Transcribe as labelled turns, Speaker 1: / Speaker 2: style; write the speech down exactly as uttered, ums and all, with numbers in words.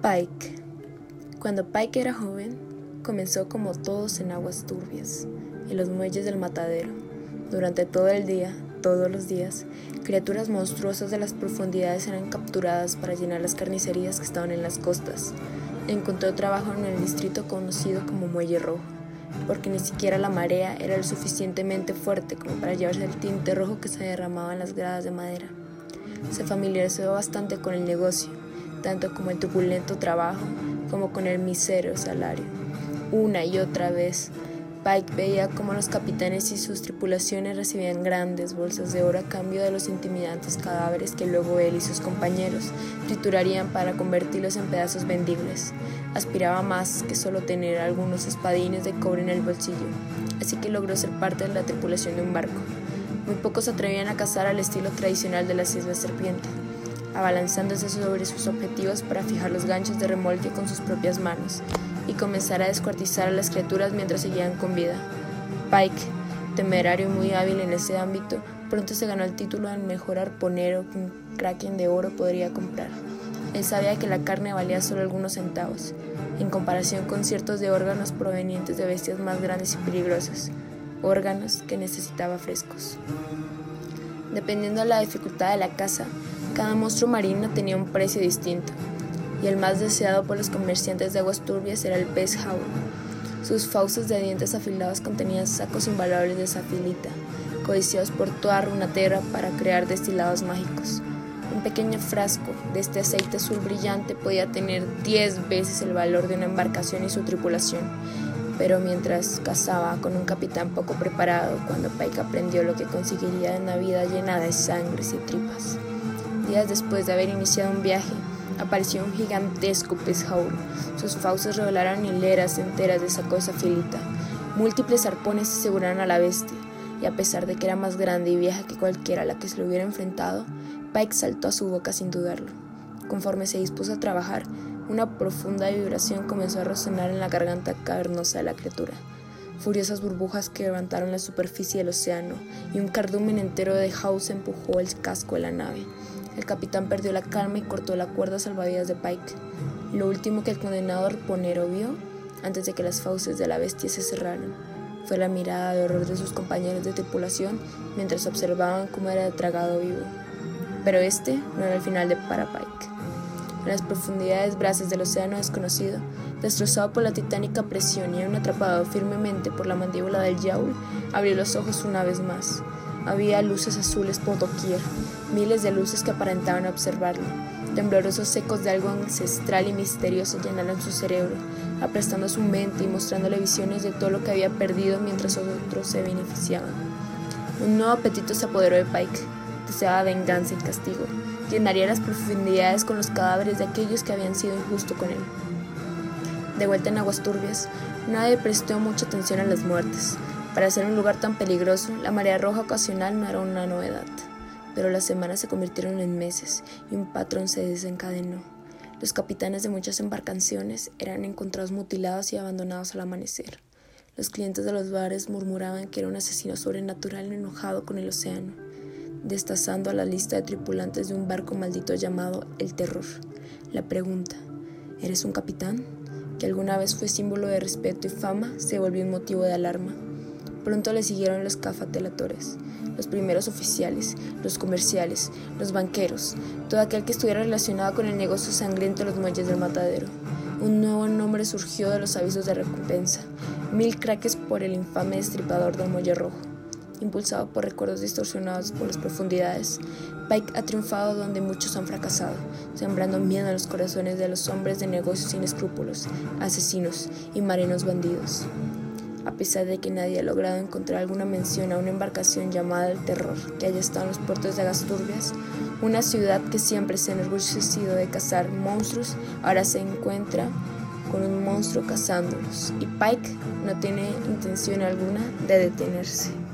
Speaker 1: Pike. Cuando Pike era joven, comenzó como todos en aguas turbias, en los muelles del matadero. Durante todo el día, todos los días, criaturas monstruosas de las profundidades eran capturadas para llenar las carnicerías que estaban en las costas. Encontró trabajo en el distrito conocido como Muelle Rojo, porque ni siquiera la marea era lo suficientemente fuerte como para llevarse el tinte rojo que se derramaba en las gradas de madera. Se familiarizó bastante con el negocio, tanto como el truculento trabajo como con el mísero salario. Una y otra vez, Pike veía cómo los capitanes y sus tripulaciones recibían grandes bolsas de oro a cambio de los intimidantes cadáveres que luego él y sus compañeros triturarían para convertirlos en pedazos vendibles. Aspiraba más que solo tener algunos espadines de cobre en el bolsillo, así que logró ser parte de la tripulación de un barco. Muy pocos se atrevían a cazar al estilo tradicional de las Islas Serpiente, abalanzándose sobre sus objetivos para fijar los ganchos de remolque con sus propias manos y comenzar a descuartizar a las criaturas mientras seguían con vida. Pike, temerario y muy hábil en ese ámbito, pronto se ganó el título de mejor arponero que un kraken de oro podría comprar. Él sabía que la carne valía solo algunos centavos, en comparación con ciertos de órganos provenientes de bestias más grandes y peligrosas, órganos que necesitaba frescos. Dependiendo de la dificultad de la caza, cada monstruo marino tenía un precio distinto, y el más deseado por los comerciantes de aguas turbias era el pez jaula. Sus fauces de dientes afilados contenían sacos invaluables de safilita, codiciados por toda Runeterra para crear destilados mágicos. Un pequeño frasco de este aceite azul brillante podía tener diez veces el valor de una embarcación y su tripulación, pero mientras cazaba con un capitán poco preparado, cuando Pike aprendió lo que conseguiría de una vida llena de sangres y tripas. Días después de haber iniciado un viaje, apareció un gigantesco pez jaula. Sus fauces revelaron hileras enteras de sacos de safilita. Múltiples arpones aseguraron a la bestia, y a pesar de que era más grande y vieja que cualquiera a la que se le hubiera enfrentado, Pike saltó a su boca sin dudarlo. Conforme se dispuso a trabajar, una profunda vibración comenzó a resonar en la garganta cavernosa de la criatura. Furiosas burbujas que levantaron la superficie del océano, y un cardumen entero de house empujó el casco de la nave. El capitán perdió la calma y cortó la cuerda salvavidas de Pike. Lo último que el condenado arponero vio, antes de que las fauces de la bestia se cerraran, fue la mirada de horror de sus compañeros de tripulación mientras observaban cómo era tragado vivo. Pero este no era el final de para Pike. En las profundidades brasas del océano desconocido, destrozado por la titánica presión y aún atrapado firmemente por la mandíbula del yaul, abrió los ojos una vez más. Había luces azules por doquier, miles de luces que aparentaban observarlo. Temblorosos ecos de algo ancestral y misterioso llenaron su cerebro, aplastando su mente y mostrándole visiones de todo lo que había perdido mientras otros se beneficiaban. Un nuevo apetito se apoderó de Pike. Deseaba venganza y castigo. Llenaría las profundidades con los cadáveres de aquellos que habían sido injustos con él. De vuelta en aguas turbias, nadie prestó mucha atención a las muertes. Para ser un lugar tan peligroso, la marea roja ocasional no era una novedad. Pero las semanas se convirtieron en meses y un patrón se desencadenó. Los capitanes de muchas embarcaciones eran encontrados mutilados y abandonados al amanecer. Los clientes de los bares murmuraban que era un asesino sobrenatural enojado con el océano, destazando a la lista de tripulantes de un barco maldito llamado El Terror. La pregunta, ¿eres un capitán?, que alguna vez fue símbolo de respeto y fama, se volvió un motivo de alarma. Pronto le siguieron los cafatelatores, los primeros oficiales, los comerciales, los banqueros, todo aquel que estuviera relacionado con el negocio sangriento de los muelles del matadero. Un nuevo nombre surgió de los avisos de recompensa: mil craques por el infame destripador del Muelle Rojo. Impulsado por recuerdos distorsionados por las profundidades, Pike ha triunfado donde muchos han fracasado, sembrando miedo en los corazones de los hombres de negocios sin escrúpulos, asesinos y marinos bandidos. A pesar de que nadie ha logrado encontrar alguna mención a una embarcación llamada El Terror que haya estado en los puertos de aguas turbias, una ciudad que siempre se ha enorgullecido de cazar monstruos ahora se encuentra con un monstruo cazándolos, y Pike no tiene intención alguna de detenerse.